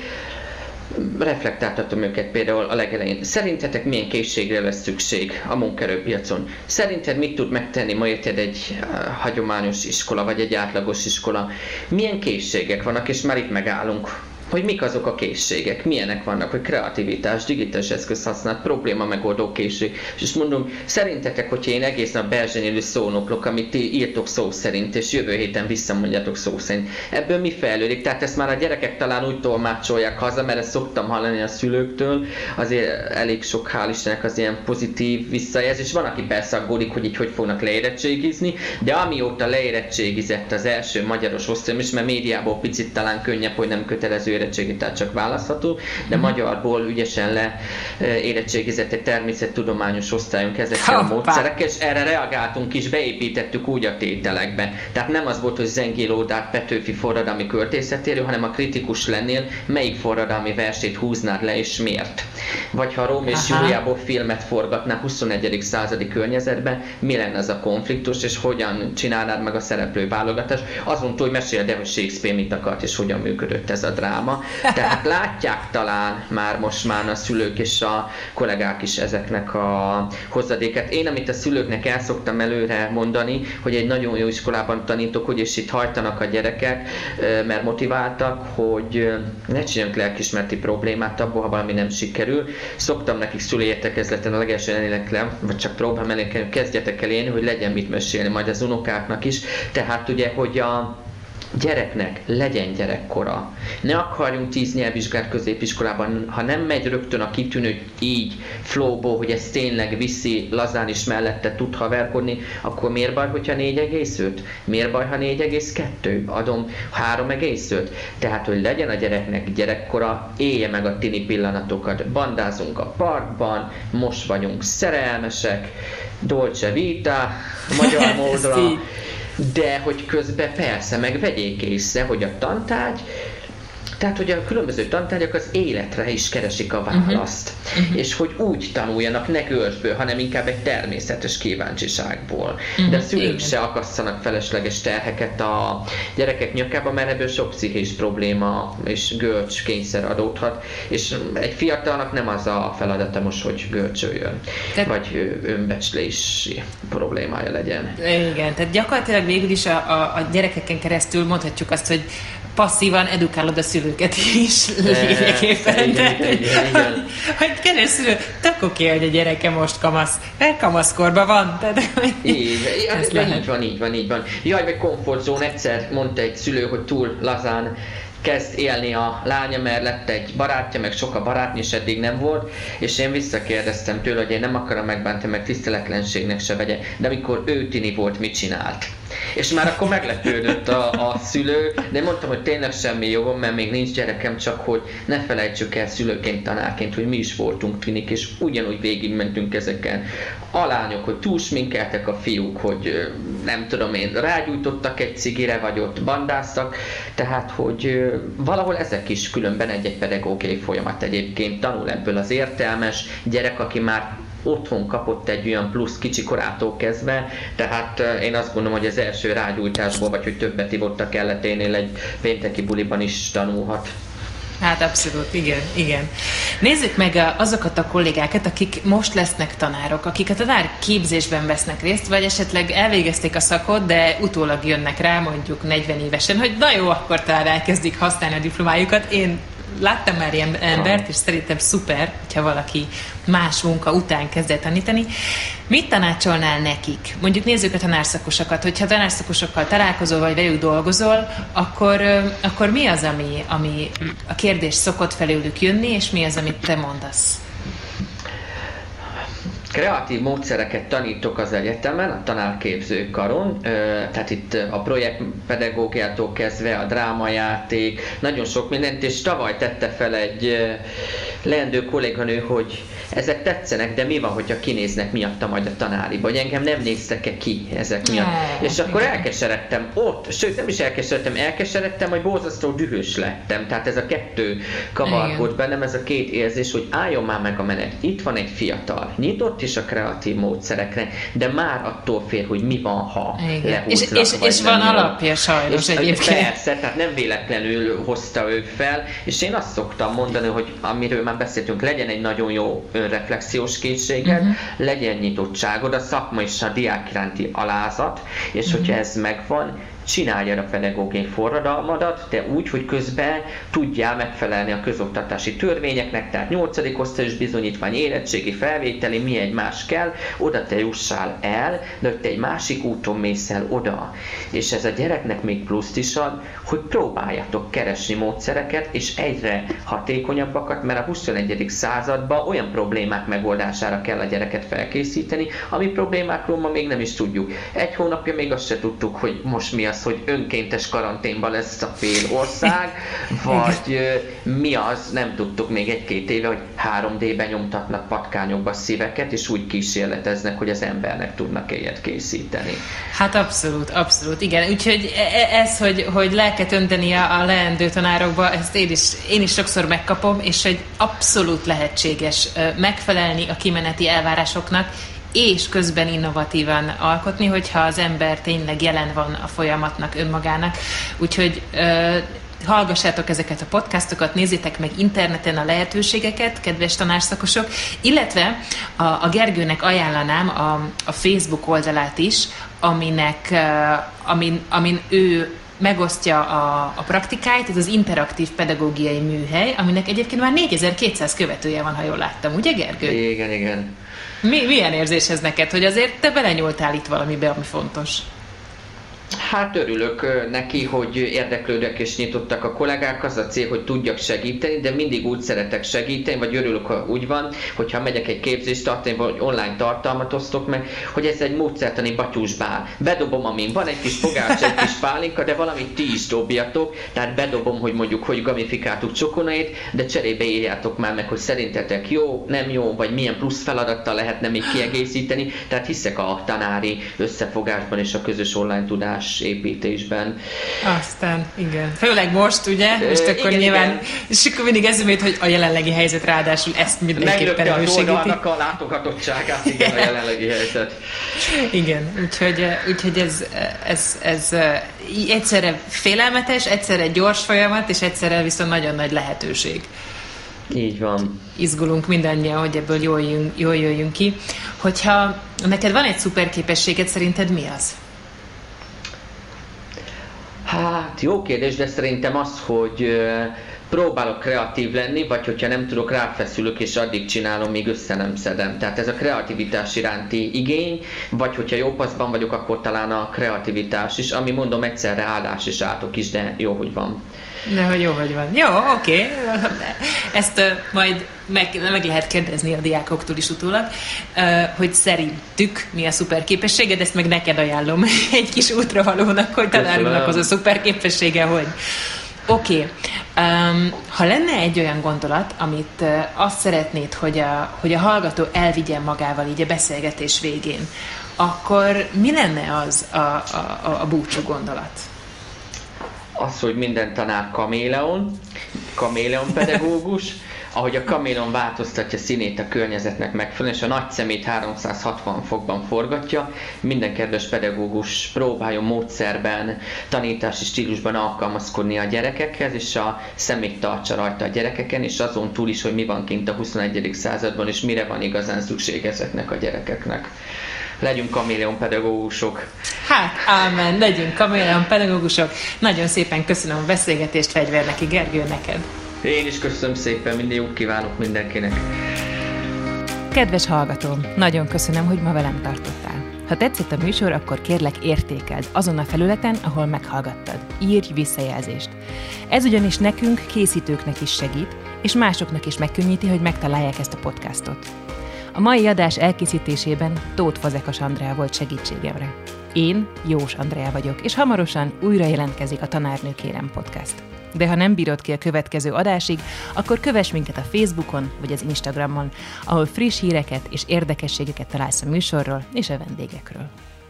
reflektáltatom őket például a legelején. Szerintetek milyen készségre lesz szükség a munkaerőpiacon? Szerinted mit tud megtenni ma érted egy hagyományos iskola, vagy egy átlagos iskola? Milyen készségek vannak, és már itt megállunk. Hogy mik azok a készségek, milyenek vannak, hogy kreativitás, digitális eszköz használat, probléma megoldó készség. És mondom, szerintetek, hogyha én egész nap berzsenyélő szónoklok, amit ti írtok szó szerint, és jövő héten visszamondjátok szó szerint, ebből mi fejlődik? Tehát ezt már a gyerekek talán úgy tolmácsolják haza, mert ezt szoktam hallani a szülőktől, azért elég sok, hál' Istennek, az ilyen pozitív visszajelzés. Van, aki persze aggódik, hogy így hogy fognak leérettségizni, de amióta leérettségizett az első magyaros osztályom is, mert médiából picit talán könnyebb, hogy nem kötelező érettségi, tehát csak választható, de magyarból ügyesen leérettségizett egy természettudományos osztályunk ezekkel a módszerekkel, és erre reagáltunk is, beépítettük úgy a tételekbe. Tehát nem az volt, hogy Zengi Lódát Petőfi forradalmi költészetérő, hanem a kritikus lennél, melyik forradalmi versét húznád le, és miért. Vagy ha Róm és Júliából filmet forgatnál 21. századi környezetben, mi lenne ez a konfliktus, és hogyan csinálnád meg a szereplőválogatást. Azon túl, hogy meséld el, hogy Shakespeare mit akart, és hogyan működött ez a dráma. Tehát látják talán most már a szülők és a kollégák is ezeknek a hozadéket. Én, amit a szülőknek el szoktam előre mondani, hogy egy nagyon jó iskolában tanítok, hogy és itt hajtanak a gyerekek, mert motiváltak, hogy ne csináljunk lelkiismereti problémát abból, ha valami nem sikerül. Szoktam nekik szülői értekezleten a legelső elélekre, vagy csak próbálom elérni, kezdjetek el élni, hogy legyen mit mesélni majd az unokáknak is. Tehát ugye, hogy a gyereknek legyen gyerekkora. Ne akarjunk 10 nyelvvizsgát középiskolában, ha nem megy rögtön a kitűnő így flowból, hogy ez tényleg viszi, lazán is mellette tud haverkodni, akkor miért baj, hogyha 4,5? Miért baj, ha 4,2? Adom 3,5? Tehát, hogy legyen a gyereknek gyerekkora, élje meg a tini pillanatokat. Bandázunk a parkban, most vagyunk szerelmesek, Dolce Vita, magyar módra, de hogy közben persze meg vegyék észre, hogy a tantárgy, tehát hogy a különböző tantárgyak az életre is keresik a választ. És hogy úgy tanuljanak, ne görcsből, hanem inkább egy természetes kíváncsiságból. De a szülők se akasszanak felesleges terheket a gyerekek nyakába, mert ebből sok pszichés probléma és görcs kényszer adódhat. És egy fiatalnak nem az a feladata most, hogy görcsöljön, vagy önbecslési problémája legyen.
Igen, tehát gyakorlatilag végül is a gyerekeken keresztül mondhatjuk azt, hogy passzívan edukálod a szülőket is lényegében.
Igen.
Hogy kedves szülő, tök oké, hogy a gyereke most kamaszkorban van. Tehát,
így van. Jaj, meg komfortzóna, egyszer mondta egy szülő, hogy túl lazán kezd élni a lánya, mert lett egy barátja, meg sok a barátnő, és eddig nem volt, és én visszakérdeztem tőle, hogy én nem akarom megbántani, meg tiszteletlenségnek se vegye, de amikor ő tini volt, mit csinált? És már akkor meglepődött a szülő, de mondtam, hogy tényleg semmi jogom, mert még nincs gyerekem, csak hogy ne felejtsük el szülőként, tanárként, hogy mi is voltunk tinik, és ugyanúgy végigmentünk ezeken. A lányok, hogy túlsminkeltek, a fiúk, hogy nem tudom én, rágyújtottak egy cigire, vagy ott bandáztak, tehát hogy valahol ezek is különben egy pedagógiai folyamat egyébként tanul ebből az értelmes gyerek, aki már otthon kapott egy olyan plusz kicsi korától kezdve, tehát én azt gondolom, hogy az első rágyújtásból, vagy hogy többet ivott a kelleténél egy pénteki buliban is tanulhat.
Hát abszolút, igen. Nézzük meg azokat a kollégákat, akik most lesznek tanárok, akik a tanárképzésben vesznek részt, vagy esetleg elvégezték a szakot, de utólag jönnek rá mondjuk 40 évesen, hogy na jó, akkor talán elkezdik használni a diplomájukat. Én láttam már ilyen embert, és szerintem szuper, hogyha valaki más munka után kezd el tanítani. Mit tanácsolnál nekik? Mondjuk nézzük a tanárszakosokat, hogyha tanárszakosokkal találkozol, vagy velük dolgozol, akkor mi az, ami a kérdés szokott felőlük jönni, és mi az, amit te mondasz?
Kreatív módszereket tanítok az egyetemen, a tanárképző karon, tehát itt a projektpedagógiától kezdve a drámajáték, nagyon sok mindent, és tavaly tette fel egy leendő kolléganő, hogy ezek tetszenek, de mi van, hogyha kinéznek miatta majd a tanáriba, hogy engem nem néztek-e ki ezek miatt. És akkor elkeseredtem ott, sőt nem is elkeseredtem, hogy borzasztó dühös lettem. Tehát ez a kettő kavargott bennem, ez a két érzés, hogy álljon már meg a menet. Itt van egy fiatal, nyitott is a kreatív módszerekre, de már attól fél, hogy mi van, ha lehúznak,
és van alapja sajnos egyébként.
Persze, tehát nem véletlenül hozta ő fel, és én azt szoktam mondani, hogy amiről már beszéltünk, legyen egy nagyon jó önreflexiós készséged, legyen nyitottságod, a szakma és a diák iránti alázat, és hogyha ez megvan, csináljad a pedagógiai forradalmadat, de úgy, hogy közben tudjál megfelelni a közoktatási törvényeknek, tehát 8. osztályos bizonyítvány, érettségi, felvételi, mi egymás kell, oda te jussál el, de te egy másik úton mész el oda. És ez a gyereknek még pluszt is ad, hogy próbáljátok keresni módszereket, és egyre hatékonyabbakat, mert a 21. században olyan problémák megoldására kell a gyereket felkészíteni, ami problémákról ma még nem is tudjuk. Egy hónapja még azt se tudtuk, hogy most mi az, hogy önkéntes karanténban lesz a fél ország, vagy mi az, nem tudtuk még 1-2 éve, hogy 3D-ben nyomtatnak patkányokba szíveket, és úgy kísérleteznek, hogy az embernek tudnak ilyet készíteni.
Hát abszolút, igen. Úgyhogy ez, hogy lelket önteni a leendő tanárokba, ezt én is sokszor megkapom, és hogy abszolút lehetséges megfelelni a kimeneti elvárásoknak, és közben innovatívan alkotni, hogyha az ember tényleg jelen van a folyamatnak önmagának. Úgyhogy hallgassátok ezeket a podcastokat, nézzétek meg interneten a lehetőségeket, kedves tanárszakosok, illetve a Gergőnek ajánlanám a Facebook oldalát is, amin ő megosztja a praktikáit, ez az interaktív pedagógiai műhely, aminek egyébként már 4200 követője van, ha jól láttam, ugye Gergő?
Igen.
Milyen érzés ez neked, hogy azért te belenyúltál itt valamibe, ami fontos?
Hát örülök neki, hogy érdeklődök és nyitottak a kollégák, az a cél, hogy tudjak segíteni, de mindig úgy szeretek segíteni, vagy örülök, ha úgy van, hogyha megyek egy képzést tartani, vagy online tartalmat osztok meg, hogy ez egy módszertani batyúsbál. Bedobom, amin van egy kis fogács, egy kis pálinka, de valamit ti is dobjatok, tehát bedobom, hogy mondjuk, hogy gamifikáltuk csokonait, de cserébe írjátok már meg, hogy szerintetek jó, nem jó, vagy milyen plusz feladattal lehetne még kiegészíteni, tehát hiszek a tanári összefogásban és a közös online tudás építésben.
Aztán, igen. Főleg most, ugye? Most akkor
igen,
nyilván,
igen.
És akkor mindig eszembe jut, hogy a jelenlegi helyzet ráadásul ezt mindenképpen
elősegíti. Meglökte az oldalnak a látogatottságát, igen, a jelenlegi helyzet.
Igen, úgyhogy ez egyszerre félelmetes, egyszerre gyors folyamat, és egyszerre viszont nagyon nagy lehetőség.
Így van.
Izgulunk mindannyian, hogy ebből jól jöjjünk ki. Hogyha neked van egy szuper képességed, szerinted mi az?
Hát jó kérdés, de szerintem az, hogy próbálok kreatív lenni, vagy hogyha nem tudok, ráfeszülök és addig csinálom, míg össze nem szedem. Tehát ez a kreativitás iránti igény, vagy hogyha jó paszban vagyok, akkor talán a kreativitás is, ami mondom egyszerre áldás és átok is, de jó, hogy van.
De hogy jó, hogy van. Jó, oké. Ezt majd meg lehet kérdezni a diákoktól is utólag, hogy szerintük mi a szuper képességed, ezt meg neked ajánlom egy kis útravalónak, hogy tanárulnak az a szuper képessége, hogy oké. Ha lenne egy olyan gondolat, amit azt szeretnéd, hogy a hallgató elvigyen magával így a beszélgetés végén, akkor mi lenne az a búcsú gondolat?
Az, hogy minden tanár kaméleon pedagógus, ahogy a kaméleon változtatja színét a környezetnek megfelelően, és a nagy szemét 360 fokban forgatja, minden kedves pedagógus próbáljon módszerben, tanítási stílusban alkalmazkodni a gyerekekhez, és a szemét tartsa rajta a gyerekeken, és azon túl is, hogy mi van kint a 21. században, és mire van igazán szükség ezeknek a gyerekeknek. Legyünk kaméleon pedagógusok.
Hát, ámen, legyünk kaméleon pedagógusok. Nagyon szépen köszönöm a beszélgetést, Fegyverneki Gergő, neked.
Én is köszönöm szépen, minden jót kívánok mindenkinek.
Kedves hallgatóm, nagyon köszönöm, hogy ma velem tartottál. Ha tetszett a műsor, akkor kérlek értékeld azon a felületen, ahol meghallgattad. Írj visszajelzést. Ez ugyanis nekünk, készítőknek is segít, és másoknak is megkönnyíti, hogy megtalálják ezt a podcastot. A mai adás elkészítésében Tóth Fazekas Andrea volt segítségemre. Én Jós Andrea vagyok, és hamarosan újra jelentkezik a Tanárnő Kérem podcast. De ha nem bírod ki a következő adásig, akkor kövess minket a Facebookon vagy az Instagramon, ahol friss híreket és érdekességeket találsz a műsorról és a vendégekről.